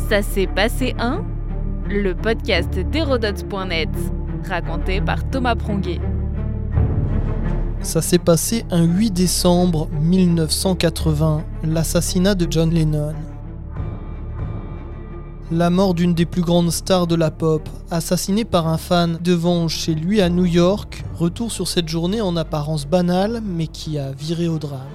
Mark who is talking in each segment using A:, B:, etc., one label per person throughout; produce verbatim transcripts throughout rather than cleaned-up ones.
A: Ça s'est passé un, le podcast d'Hérodote point net, raconté par Thomas Pronguet.
B: Ça s'est passé un huit décembre mille neuf cent quatre-vingts, l'assassinat de John Lennon. La mort d'une des plus grandes stars de la pop, assassinée par un fan devant chez lui à New York, retour sur cette journée en apparence banale, mais qui a viré au drame.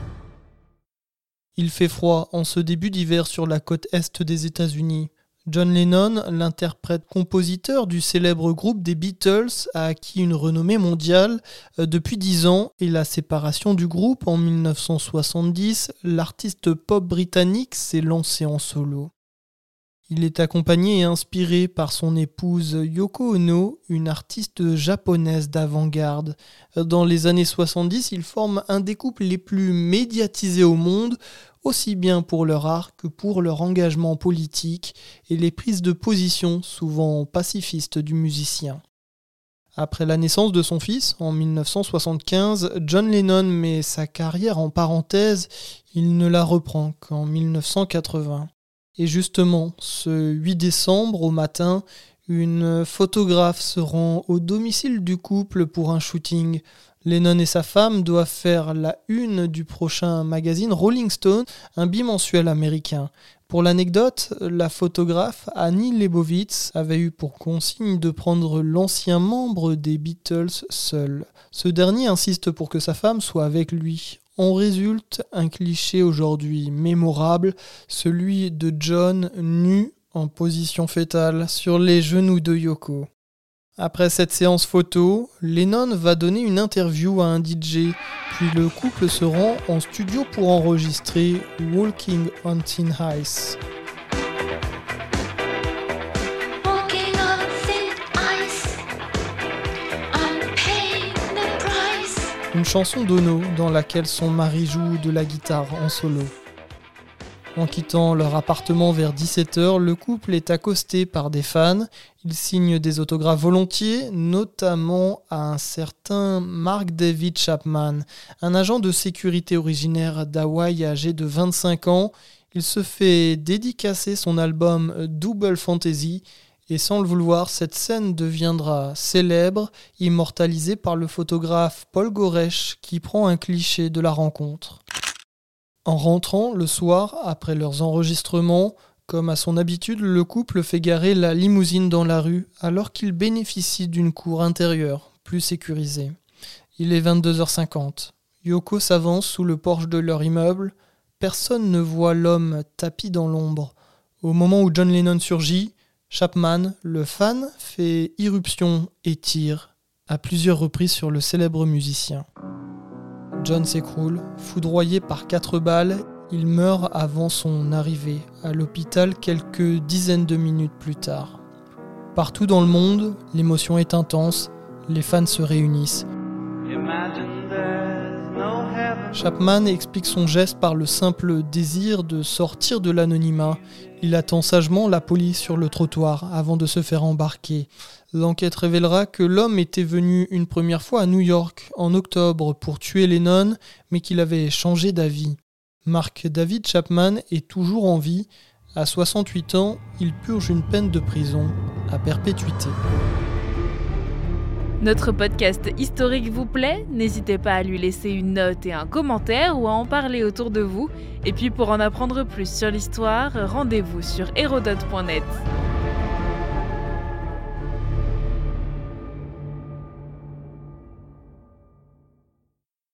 B: Il fait froid en ce début d'hiver sur la côte est des États-Unis. John Lennon, l'interprète-compositeur du célèbre groupe des Beatles, a acquis une renommée mondiale depuis dix ans et la séparation du groupe en mille neuf cent soixante-dix, l'artiste pop britannique s'est lancé en solo. Il est accompagné et inspiré par son épouse Yoko Ono, une artiste japonaise d'avant-garde. Dans les années soixante-dix, ils forment un des couples les plus médiatisés au monde, aussi bien pour leur art que pour leur engagement politique et les prises de position souvent pacifistes du musicien. Après la naissance de son fils, en mille neuf cent soixante-quinze, John Lennon met sa carrière en parenthèse, il ne la reprend qu'en mille neuf cent quatre-vingts. Et justement, ce huit décembre au matin, une photographe se rend au domicile du couple pour un shooting. Lennon et sa femme doivent faire la une du prochain magazine Rolling Stone, un bimensuel américain. Pour l'anecdote, la photographe Annie Leibovitz avait eu pour consigne de prendre l'ancien membre des Beatles seul. Ce dernier insiste pour que sa femme soit avec lui. En résulte un cliché aujourd'hui mémorable, celui de John nu en position fœtale sur les genoux de Yoko. Après cette séance photo, Lennon va donner une interview à un D J, puis le couple se rend en studio pour enregistrer Walking on Thin Ice. Une chanson d'Ono dans laquelle son mari joue de la guitare en solo. En quittant leur appartement vers dix-sept heures, le couple est accosté par des fans. Ils signent des autographes volontiers, notamment à un certain Mark David Chapman, un agent de sécurité originaire d'Hawaï âgé de vingt-cinq ans. Il se fait dédicacer son album Double Fantasy. Et sans le vouloir, cette scène deviendra célèbre, immortalisée par le photographe Paul Goresh qui prend un cliché de la rencontre. En rentrant le soir, après leurs enregistrements, comme à son habitude, le couple fait garer la limousine dans la rue alors qu'il bénéficie d'une cour intérieure, plus sécurisée. Il est vingt-deux heures cinquante. Yoko s'avance sous le porche de leur immeuble. Personne ne voit l'homme tapi dans l'ombre. Au moment où John Lennon surgit, Chapman, le fan, fait irruption et tire à plusieurs reprises sur le célèbre musicien. John s'écroule, foudroyé par quatre balles, il meurt avant son arrivée à l'hôpital quelques dizaines de minutes plus tard. Partout dans le monde, l'émotion est intense, les fans se réunissent. Chapman explique son geste par le simple désir de sortir de l'anonymat. Il attend sagement la police sur le trottoir avant de se faire embarquer. L'enquête révélera que l'homme était venu une première fois à New York en octobre pour tuer Lennon, mais qu'il avait changé d'avis. Mark David Chapman est toujours en vie. À soixante-huit ans, il purge une peine de prison à perpétuité.
A: Notre podcast historique vous plaît ? N'hésitez pas à lui laisser une note et un commentaire ou à en parler autour de vous. Et puis pour en apprendre plus sur l'histoire, rendez-vous sur Hérodote point net.